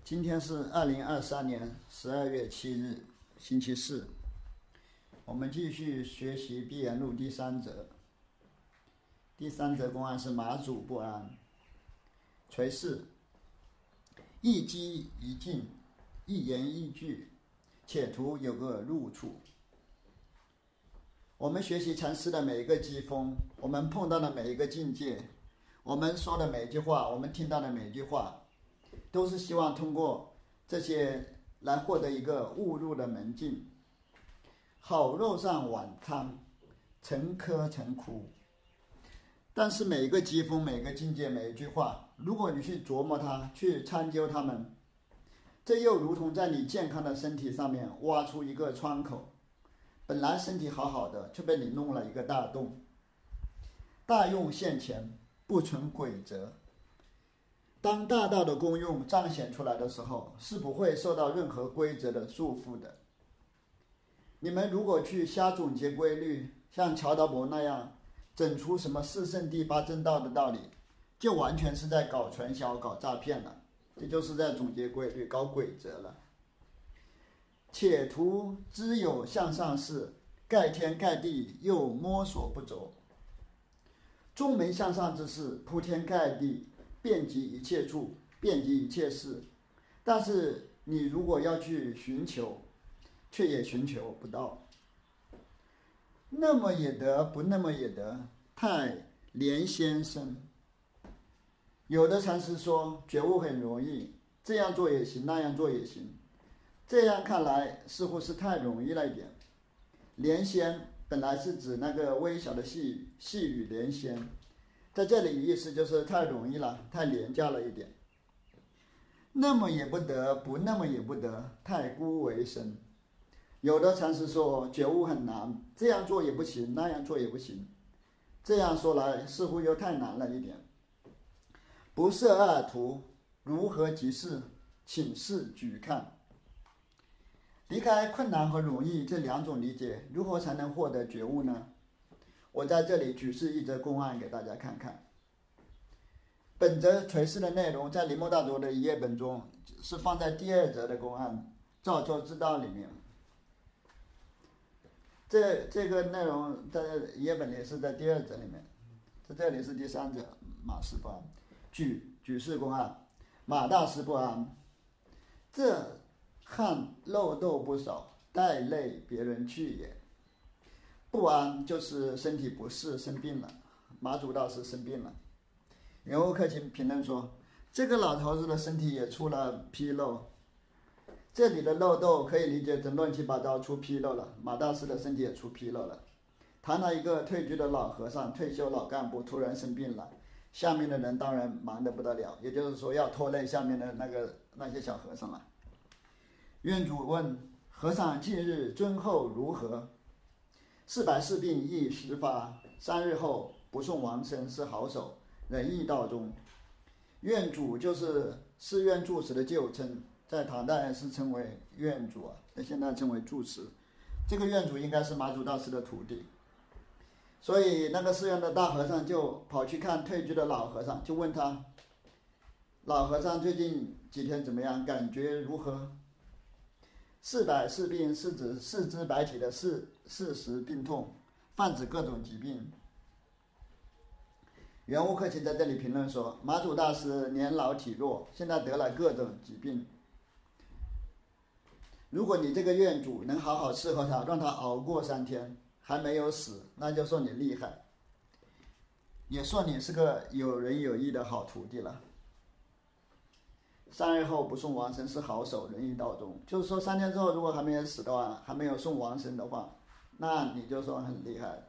今天是2023年12月7日，星期四。我们继续学习《必言录》第3则。第3则公案是马祖不安，垂视，一击一进，一言一句，且图有个入处。我们学习禅师的每一个机锋，我们碰到的每一个境界，我们说的每一句话，我们听到的每一句话，都是希望通过这些来获得一个误入的门径。好肉上碗汤，成颗成窟。但是每一个机锋，每一个境界，每一句话，如果你去琢磨它，去参究它们，这又如同在你健康的身体上面挖出一个窗口。本来身体好好的，却被你弄了一个大洞。大用现前，不存鬼则。当大道的功用彰显出来的时候，是不会受到任何规则的束缚的。你们如果去瞎总结规律，像乔道伯那样整出什么四圣谛八正道的道理，就完全是在搞传销、搞诈骗了，这就是在总结规律、搞规则了。且图知有向上事，盖天盖地，又摸索不着。中门向上之事，铺天盖地，遍及一切处，遍及一切事，但是你如果要去寻求，却也寻求不到。那么也得，不那么也得，太连先生。有的禅师说觉悟很容易，这样做也行，那样做也行。这样看来似乎是太容易了一点。连仙本来是指那个微小的细语连仙，在这里意思就是太容易了，太廉价了一点。那么也不得，不那么也不得，太孤为深。有的禅师说觉悟很难，这样做也不行，那样做也不行。这样说来似乎又太难了一点。不设二途，如何即是？请示举看。离开困难和容易这两种理解，如何才能获得觉悟呢？我在这里举示一则公案给大家看看。本则垂示的内容在铃木大拙的一页本中是放在第2则的公案造作之道里面。这个内容在一页本里是在第2则里面，在这里是第3则。马师不安，举示公案，马大师不安，这汗漏斗不少，带累别人去也。不安就是身体不适，生病了。马祖大师生病了。圆悟克勤评论说，这个老头子的身体也出了纰漏。这里的漏斗可以理解成乱七八糟出纰漏了，马大师的身体也出纰漏了。谈了一个退居的老和尚，退休老干部突然生病了，下面的人当然忙得不得了，也就是说要拖累下面的那些小和尚了。院主问和尚近日尊后如何？400病亦时发，3日后不送王生是好手，仁义道中。院主就是寺院住持的旧称，在唐代是称为院主啊，在现在称为住持。这个院主应该是马祖大师的徒弟，所以那个寺院的大和尚就跑去看退居的老和尚，就问他，老和尚最近几天怎么样，感觉如何？400病是指四肢百体的40病痛，泛指各种疾病。圆悟克勤在这里评论说，马祖大师年老体弱，现在得了各种疾病。如果你这个院主能好好伺候他，让他熬过3天还没有死，那就说你厉害，也说你是个有仁有义的好徒弟了。3日后不送王生是好手，仁义道中。就是说3天之后如果还没有死的话，还没有送王生的话，那你就说很厉害。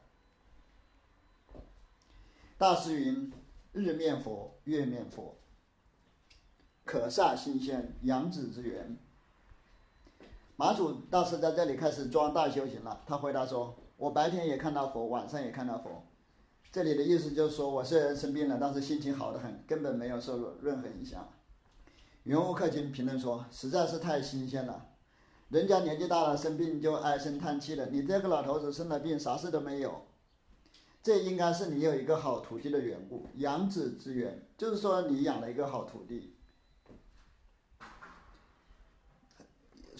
大师云，日面佛，月面佛，可煞新鲜，阳子之源。马祖大师在这里开始装大修行了，他回答说，我白天也看到佛，晚上也看到佛。这里的意思就是说，我虽然生病了，但是心情好得很，根本没有受任何影响。圆悟克勤评论说，实在是太新鲜了，人家年纪大了生病就唉声叹气了，你这个老头子生了病啥事都没有，这应该是你有一个好徒弟的缘故，养子之缘，就是说你养了一个好徒弟。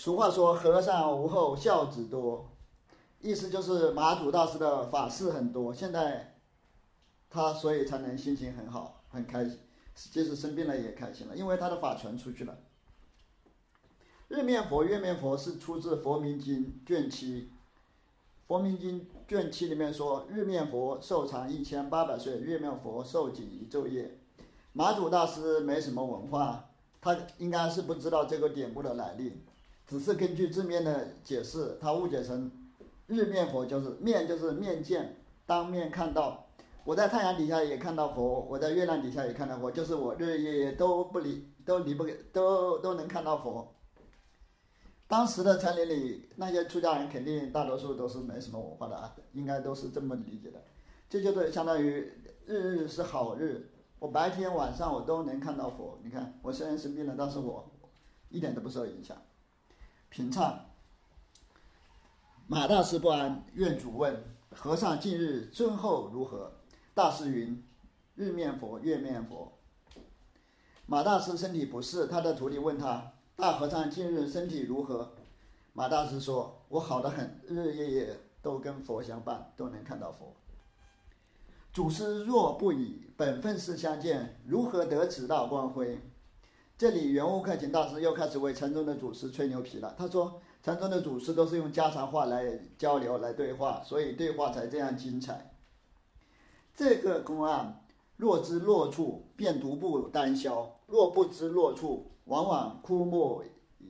俗话说和尚无后孝子多，意思就是马祖大师的法事很多，现在他所以才能心情很好，很开心，即使生病了也开心了，因为他的法传出去了。日面佛、月面佛是出自《佛明经》卷7，《佛明经》卷7里面说，日面佛寿长1800岁，月面佛寿仅1昼夜。马祖大师没什么文化，他应该是不知道这个典故的来历，只是根据字面的解释，他误解成日面佛就是面就是面见，当面看到。我在太阳底下也看到佛，我在月亮底下也看到佛，就是我日日夜夜都能看到佛。当时的丛林里那些出家人肯定大多数都是没什么文化的啊，应该都是这么理解的。这就是相当于日日是好日，我白天晚上我都能看到佛。你看我虽然生病了，但是我一点都不受影响。品唱，马大师不安，愿主问，和尚近日尊后如何？大师云：日面佛，月面佛。马大师身体不适，他的徒弟问他：大和尚近日身体如何？马大师说：我好得很，日日夜夜都跟佛相伴，都能看到佛。祖师若不以本分事相见，如何得此道光辉？这里圆悟克勤大师又开始为禅宗的祖师吹牛皮了。他说禅宗的祖师都是用家常话来交流来对话，所以对话才这样精彩。这个公案若知落处，便独步丹霄；若不知落处，往往枯木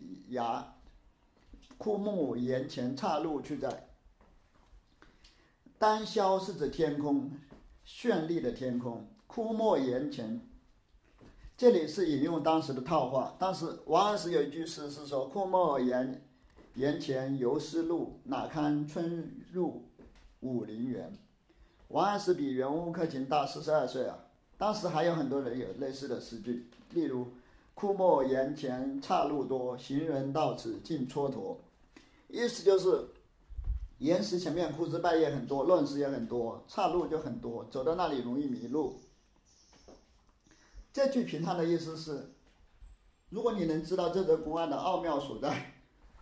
檐前岔路去在。丹霄是指天空，绚丽的天空。枯木檐前，这里是引用当时的套话。当时王安石有一句诗是说：枯木檐前犹是路，哪堪春入武陵源。王安石比圆悟克勤大42岁啊，当时还有很多人有类似的诗句，例如枯木檐前岔路多，行人到此尽蹉跎。意思就是岩石前面枯枝败叶很多，乱石也很多，岔路就很多，走到那里容易迷路。这句评判的意思是，如果你能知道这则公案的奥妙所在，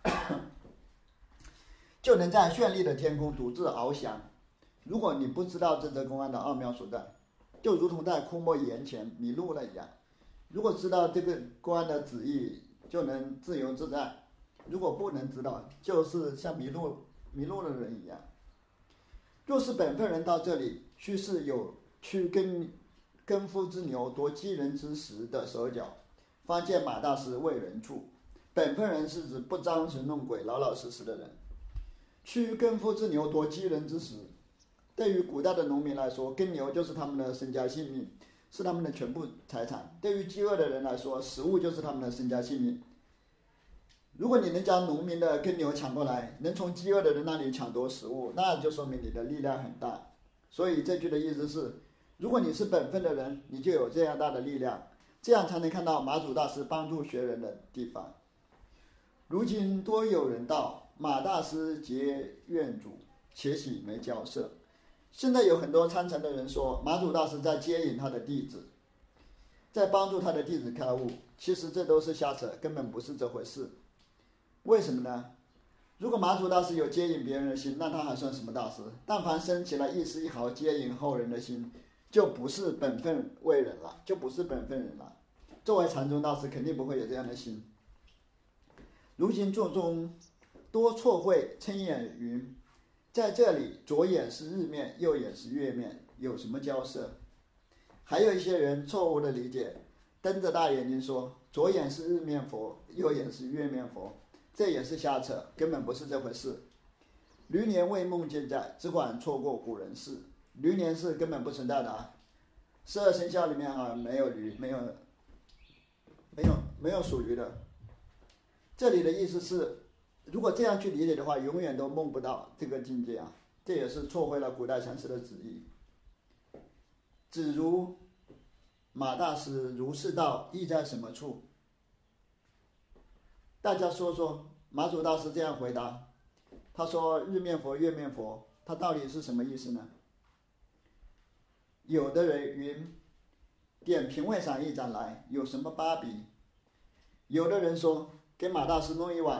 就能在绚丽的天空独自翱翔。如果你不知道这则公案的奥妙所在，就如同在枯木檐前迷路了一样。如果知道这个公案的旨意，就能自由自在；如果不能知道，就是像迷路的人一样。若是本分人到这里，须是有去跟夫之牛夺鸡人之食的手脚，方见马大师为人处。本分人是指不装神弄鬼、老老实实的人。去跟夫之牛夺鸡人之食，对于古代的农民来说，耕牛就是他们的身家性命，是他们的全部财产。对于饥饿的人来说，食物就是他们的身家性命。如果你能将农民的耕牛抢过来，能从饥饿的人那里抢夺食物，那就说明你的力量很大。所以这句的意思是，如果你是本分的人，你就有这样大的力量，这样才能看到马祖大师帮助学人的地方。如今多有人道，马大师结愿主，且喜没交涉。现在有很多参禅的人说，马祖大师在接引他的弟子，在帮助他的弟子开悟，其实这都是瞎扯，根本不是这回事。为什么呢？如果马祖大师有接引别人的心，那他还算什么大师？但凡升起了一丝一毫接引后人的心，就不是本分为人了，就不是本分人了。作为禅宗大师，肯定不会有这样的心。如今众中多错会称眼云，在这里左眼是日面，右眼是月面，有什么交涉？还有一些人错误的理解，瞪着大眼睛说左眼是日面佛，右眼是月面佛，这也是瞎扯，根本不是这回事。驴年未梦见在，只管错过古人事。驴年是根本不存在的啊，12生肖里面啊没有驴，没有属驴的。这里的意思是，如果这样去理解的话，永远都梦不到这个境界啊，这也是错会了古代禅师的旨意。只如马大师如是道，意在什么处？大家说说马祖大师这样回答，他说日面佛月面佛，他到底是什么意思呢？有的人云，点评委赏一盏来，有什么巴比？有的人说，给马大师弄一碗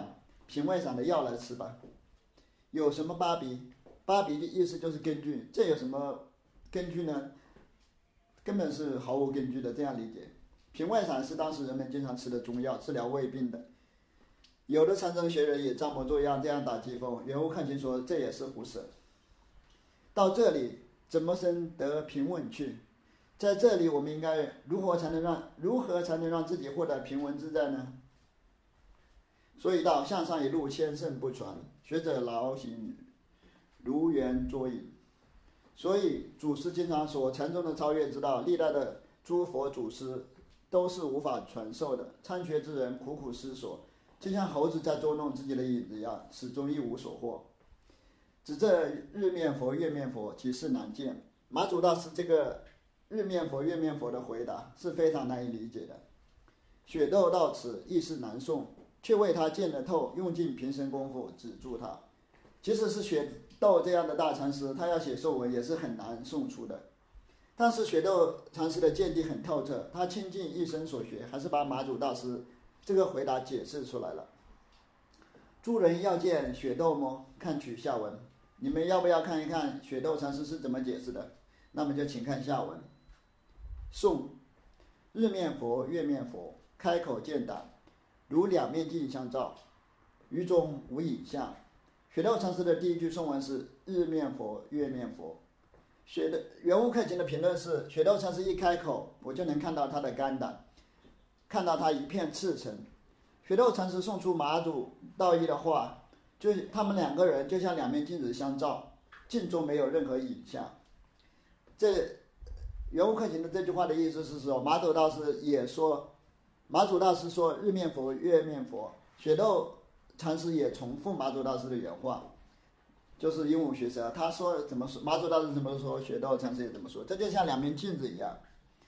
品味上的药来吃吧。有什么巴比？巴比的意思就是根据，这有什么根据呢？根本是毫无根据的，这样理解。平外散是当时人们经常吃的中药，治疗胃病的。有的禅宗学人也装模作样这样打疾风。圆悟克勤说这也是胡扯。到这里怎么生得平稳去？在这里我们应该如何才能让自己获得平稳自在呢？所以道向上一路千圣不传，学者劳行如圆捉影。所以祖师经常说，禅宗的超越之道，历代的诸佛祖师都是无法传授的。参学之人苦苦思索，就像猴子在捉弄自己的影子一样，始终一无所获。指这日面佛、月面佛，其事难见。马祖大师这个日面佛、月面佛的回答是非常难以理解的。雪窦到此亦是难诵，却为他见得透，用尽平生功夫止住他。即使是雪窦这样的大禅师，他要写颂文也是很难诵出的。但是雪窦禅师的见地很透彻，他倾尽一生所学，还是把马祖大师这个回答解释出来了。诸人要见雪窦么？看取下文。你们要不要看一看雪窦禅师是怎么解释的？那么就请看下文。颂：日面佛、月面佛，开口见胆，如两面镜相照，于中无影像。雪窦禅师的第一句颂文是日面佛、月面佛。圆悟克勤的评论是：雪窦禅师一开口，我就能看到他的肝胆，看到他一片赤诚。雪窦禅师送出马祖道一的话，就是他们两个人就像两面镜子相照，镜中没有任何影像。这圆悟克勤的这句话的意思是说，马祖大师也说，马祖大师说日面佛、月面佛，雪窦禅师也重复马祖大师的原话，就是鹦鹉学舌。他说怎么说，马祖大师怎么说，雪窦禅师也怎么说，这就像两面镜子一样，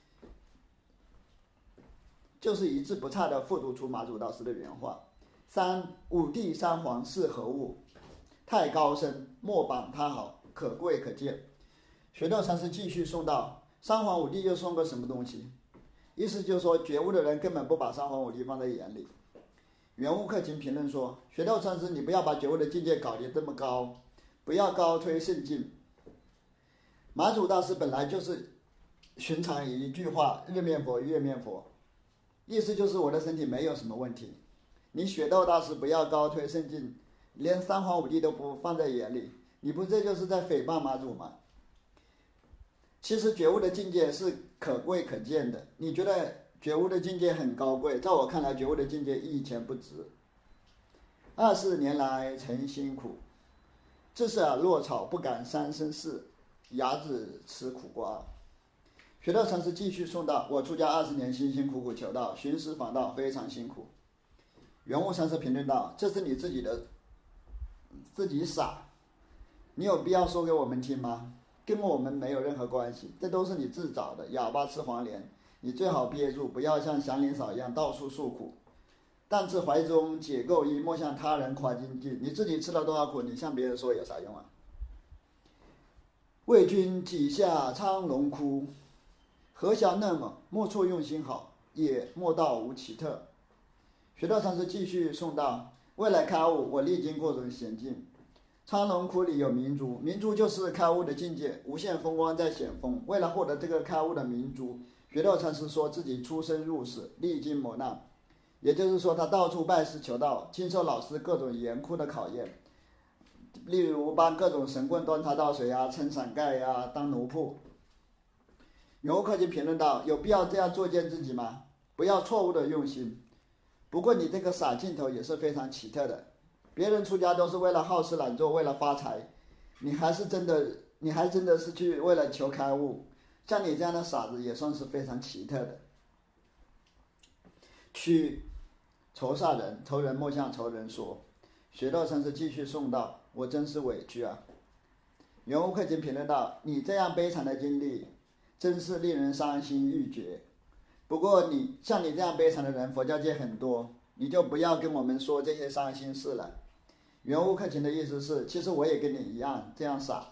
就是一字不差的复读出马祖大师的原话。五帝三皇是何物？太高深，莫榜他好，可贵可见。雪窦禅师继续诵道：三皇五帝又送个什么东西？意思就是说，觉悟的人根本不把三皇五帝放在眼里。圆悟克勤评论说：雪窦禅师，你不要把觉悟的境界搞得这么高，不要高推圣境。马祖大师本来就是寻常一句话，日面佛、月面佛，意思就是我的身体没有什么问题。你雪窦大师不要高推圣境，连三皇五帝都不放在眼里，你不这就是在诽谤马祖吗？其实觉悟的境界是可贵可见的，你觉得觉悟的境界很高贵，在我看来觉悟的境界一钱不值。24年来曾辛苦，自是落草不敢三生事，牙子吃苦瓜。雪窦禅师继续诵道：我出家20年，辛辛苦苦求道，寻师访道，非常辛苦。圆悟禅师评论道：这是你自己傻，你有必要说给我们听吗？跟我们没有任何关系，这都是你自找的，哑巴吃黄连，你最好憋住，不要像祥林嫂一样到处诉苦。但自怀中解垢衣，莫向他人夸精进。你自己吃了多少苦，你向别人说有啥用啊？为君几下苍龙窟，何暇那么？莫错用心好，也莫道无奇特。雪窦禅师继续诵道：为了开悟，我历经各种险境。苍龙窟里有明珠，明珠就是开悟的境界，无限风光在显风。为了获得这个开悟的明珠，雪窦禅师说自己出生入死，历经磨难，也就是说他到处拜师求道，经受老师各种严酷的考验，例如帮各种神棍端茶倒水啊，撑伞盖啊，当奴仆。圆悟克勤评论道：有必要这样作践自己吗？不要错误的用心。不过你这个傻劲头也是非常奇特的，别人出家都是为了好吃懒做，为了发财，你还真的是去为了求开悟。像你这样的傻子也算是非常奇特的。仇煞人，仇人莫向仇人说。雪窦禅师继续诵道：我真是委屈啊。圆悟克勤评论道：你这样悲惨的经历真是令人伤心欲绝。不过像你这样悲惨的人，佛教界很多，你就不要跟我们说这些伤心事了。圆悟克勤的意思是，其实我也跟你一样这样傻，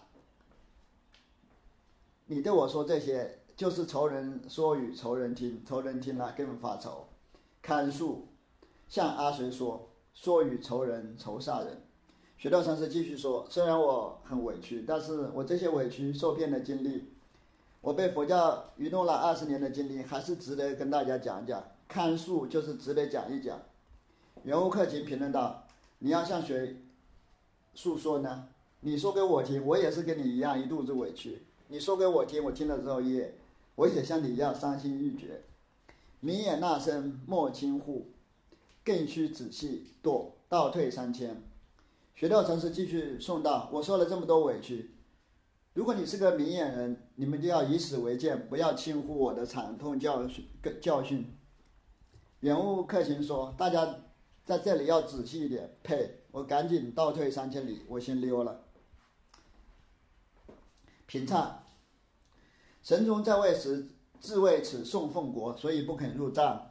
你对我说这些就是仇人说与仇人听，仇人听了更发愁。堪述向阿随说： 说与仇人仇煞人。雪道禅师继续说，虽然我很委屈，但是我这些委屈受骗的经历，我被佛教愚弄了20年的经历，还是值得跟大家讲讲。看书就是值得讲一讲。圆悟克勤评论道，你要向谁诉说呢？你说给我听，我也是跟你一样一肚子委屈。你说给我听，我听了之后我也像你一样伤心欲绝。明眼那声莫轻护，更须仔细躲，倒退3000。雪道禅师继续诵道，我说了这么多委屈，如果你是个明眼人，你们就要以史为鉴，不要轻忽我的惨痛教训。圆悟克勤说，大家在这里要仔细一点。呸！我赶紧倒退3000里，我先溜了。评唱，神宗在位时自谓此宋奉国，所以不肯入藏。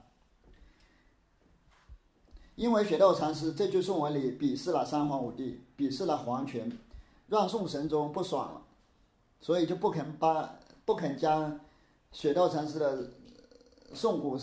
因为雪道禅师这句颂文里鄙视了三皇五帝，鄙视了皇权，让宋神宗不爽了，所以就不肯将雪道禅师的宋古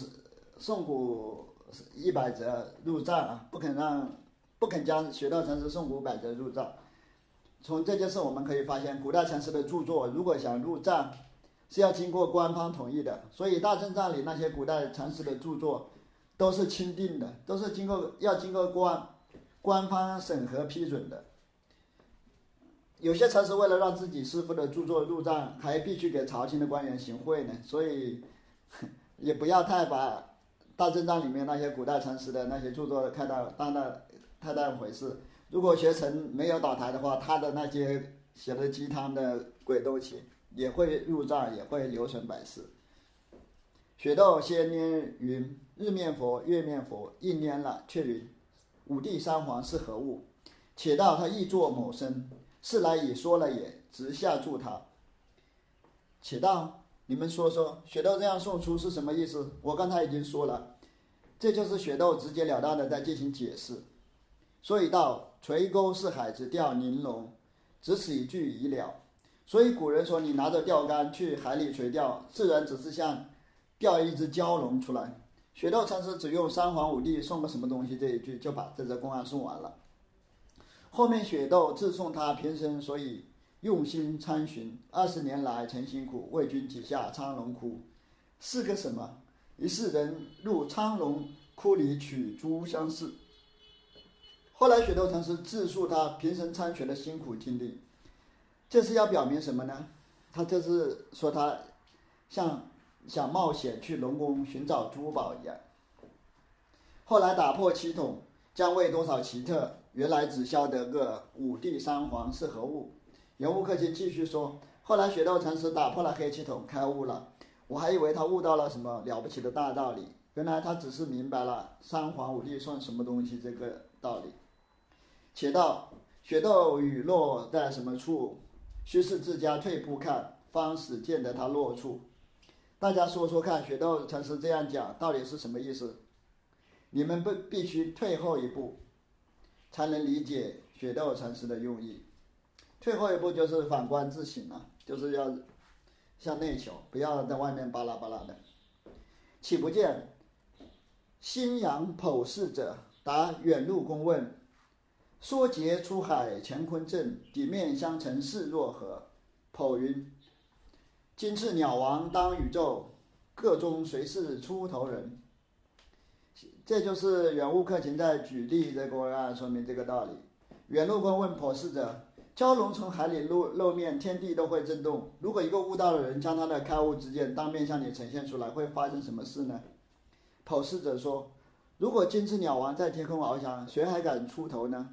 100则入藏啊，不肯将雪道禅师宋古100则入藏。从这件事我们可以发现，古代禅师的著作如果想入藏，是要经过官方同意的。所以大正藏里那些古代禅师的著作都是钦定的，都是经过官方审核批准的。有些禅师为了让自己师父的著作入藏，还必须给朝廷的官员行贿呢。所以也不要太把大正藏里面那些古代禅师的那些著作当太当回事。如果学成没有倒台的话，他的那些写的鸡汤的鬼东西也会入藏，也会流传百世。雪窦先拈云：日面佛、月面佛，一拈了，却云：五帝三皇是何物？且道他亦作某身，是来已说了也，直下注他。且道，你们说说，雪窦这样送出是什么意思？我刚才已经说了，这就是雪窦直截了当的在进行解释。所以道，垂钩是海之钓玲珑，只此一句已了。所以古人说，你拿着钓竿去海里垂钓，自然只是像钓一只蛟龙出来。雪窦禅师只用三皇五帝送个什么东西这一句，就把这则公案送完了。后面雪窦自送他平生所以用心参寻，20年来曾辛苦，为君体下苍龙窟，是个什么？一世人入苍龙窟里取珠相似。后来雪窦禅师自述他平生参学的辛苦经历，这是要表明什么呢？他这是说他像想冒险去龙宫寻找珠宝一样。后来打破七统，将为多少奇特，原来只晓得个五帝三皇是何物。圆悟克勤继续说，后来雪窦禅师打破了黑气统，开悟了，我还以为他悟到了什么了不起的大道理，原来他只是明白了三皇五帝算什么东西这个道理。且道雪窦雨落在什么处，须是自家退步看，方始见得他落处。大家说说看，雪窦禅师这样讲到底是什么意思？你们必须退后一步，才能理解雪窦禅师的用意。退后一步就是反观自省了，就是要向内求，不要在外面巴拉巴拉的。岂不见新阳剖视者，答远路公问，说劫出海乾坤阵，底面相承势若何？剖云：今次鸟王当宇宙，各中谁是出头人？这就是圆悟克勤在举例这个公案说明这个道理。远路公问剖视者，蛟龙从海里露面，天地都会震动。如果一个悟道的人将他的开悟之见当面向你呈现出来，会发生什么事呢？剖视者说，如果今次鸟王在天空翱翔，谁还敢出头呢？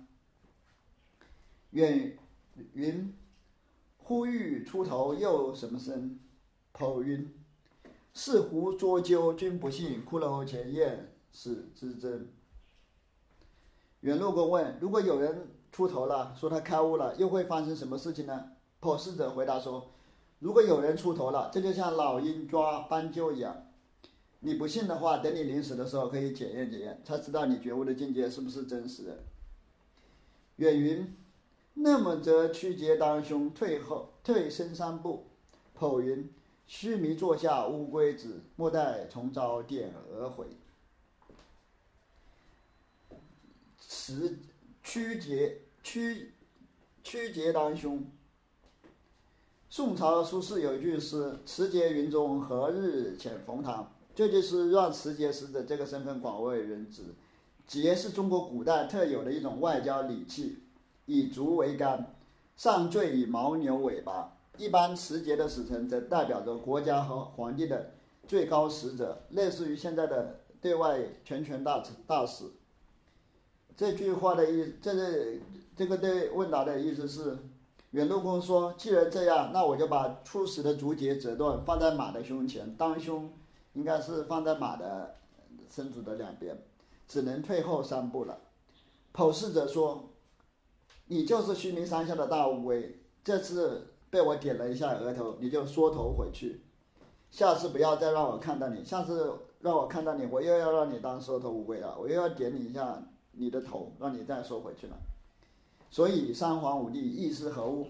远云：呼吁出头又什么声？剖云：是胡捉阄，君不信，骷髅前验是之真。远路公问：如果有人出头了，说他开悟了，又会发生什么事情呢？剖视者回答说，如果有人出头了，这就像老鹰抓斑鸠一样，你不信的话，等你临死的时候可以检验检验，才知道你觉悟的境界是不是真实的。远云：那么则屈节当胸，退身3步。剖云：须弥座下乌龟子，莫待重遭点额回。 曲节当凶。宋朝苏轼有一句诗：持节云中，何日遣冯唐。这就是让持节使者这个身份广为人知。节是中国古代特有的一种外交礼器，以竹为竿，上缀以牦牛尾巴。一般持节的使臣则代表着国家和皇帝的最高使者，类似于现在的对外全权大使。这句话的意思，这个对问答的意思是，远路公说，既然这样，那我就把出使的竹节折断，放在马的胸前，当胸应该是放在马的身子的两边，只能退后3步了。剖视者说，你就是须弥山下的大乌龟，这次被我点了一下额头，你就缩头回去，下次不要再让我看到你，下次让我看到你，我又要让你当缩头乌龟了，我又要点你一下你的头，让你再缩回去了。所以三皇五帝意是何物？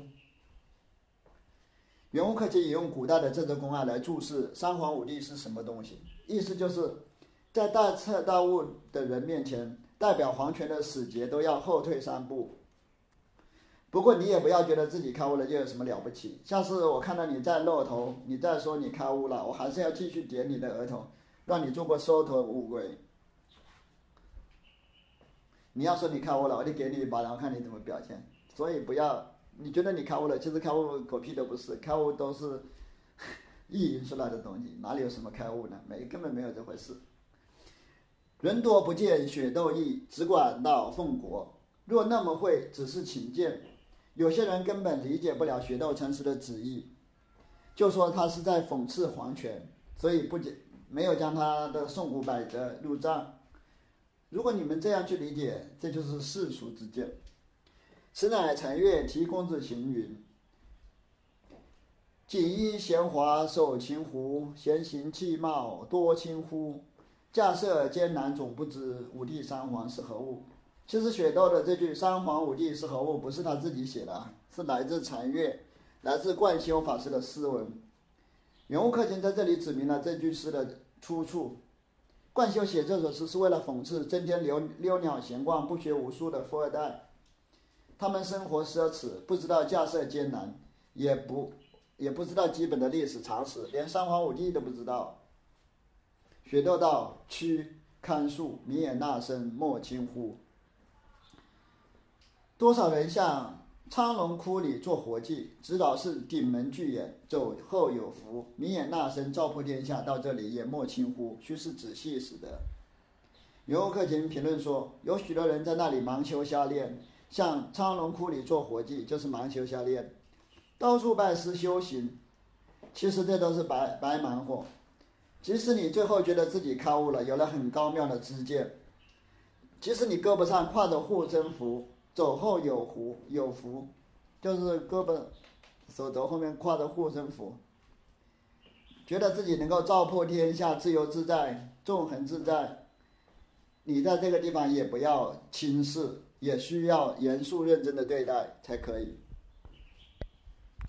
袁悟克引用古代的政治公案来注释三皇五帝是什么东西，意思就是在大彻大悟的人面前，代表皇权的使节都要后退3步。不过你也不要觉得自己开悟了就有什么了不起，下次我看到你再露头，你再说你开悟了，我还是要继续点你的额头，让你做个缩头乌龟。你要说你开悟了，我就给你一巴掌，看你怎么表现。所以不要，你觉得你开悟了，其实开悟狗屁都不是，开悟都是意淫出来的东西，哪里有什么开悟呢？根本没有这回事。人多不见血斗义，只管到奉国。若那么会，只是请见。有些人根本理解不了血斗城池的旨意，就说他是在讽刺皇权，所以没有将他的宋古百折入账。如果你们这样去理解，这就是世俗之见。此乃陈月题公子行云：锦衣闲华守秦胡，闲行气貌多轻忽。架设艰难总不知，五帝三皇是何物？其实雪窦的这句三皇五帝是何物不是他自己写的，是来自禅乐，来自贯休法师的诗文。袁悟克在这里指明了这句诗的出处。贯休写这首诗是为了讽刺整天溜鸟闲逛、不学无术的富二代，他们生活奢侈，不知道架设艰难，也不知道基本的历史常识，连三皇五帝都不知道。雪窦道：屈堪述，明眼纳声，莫轻忽。多少人向苍龙窟里做活计，指导是顶门巨眼，走后有福，明眼纳声，照破天下，到这里也莫轻忽，须是仔细使得。袁悟克评论说，有许多人在那里盲修瞎练，向苍龙窟里做活计，就是盲修瞎练，到处拜师修行，其实这都是白忙活。即使你最后觉得自己开悟了，有了很高妙的知见，即使你胳膊上挎着护身符，走后有福，就是胳膊手肘后面挎着护身符，觉得自己能够照破天下，自由自在，纵横自在，你在这个地方也不要轻视，也需要严肃认真的对待才可以。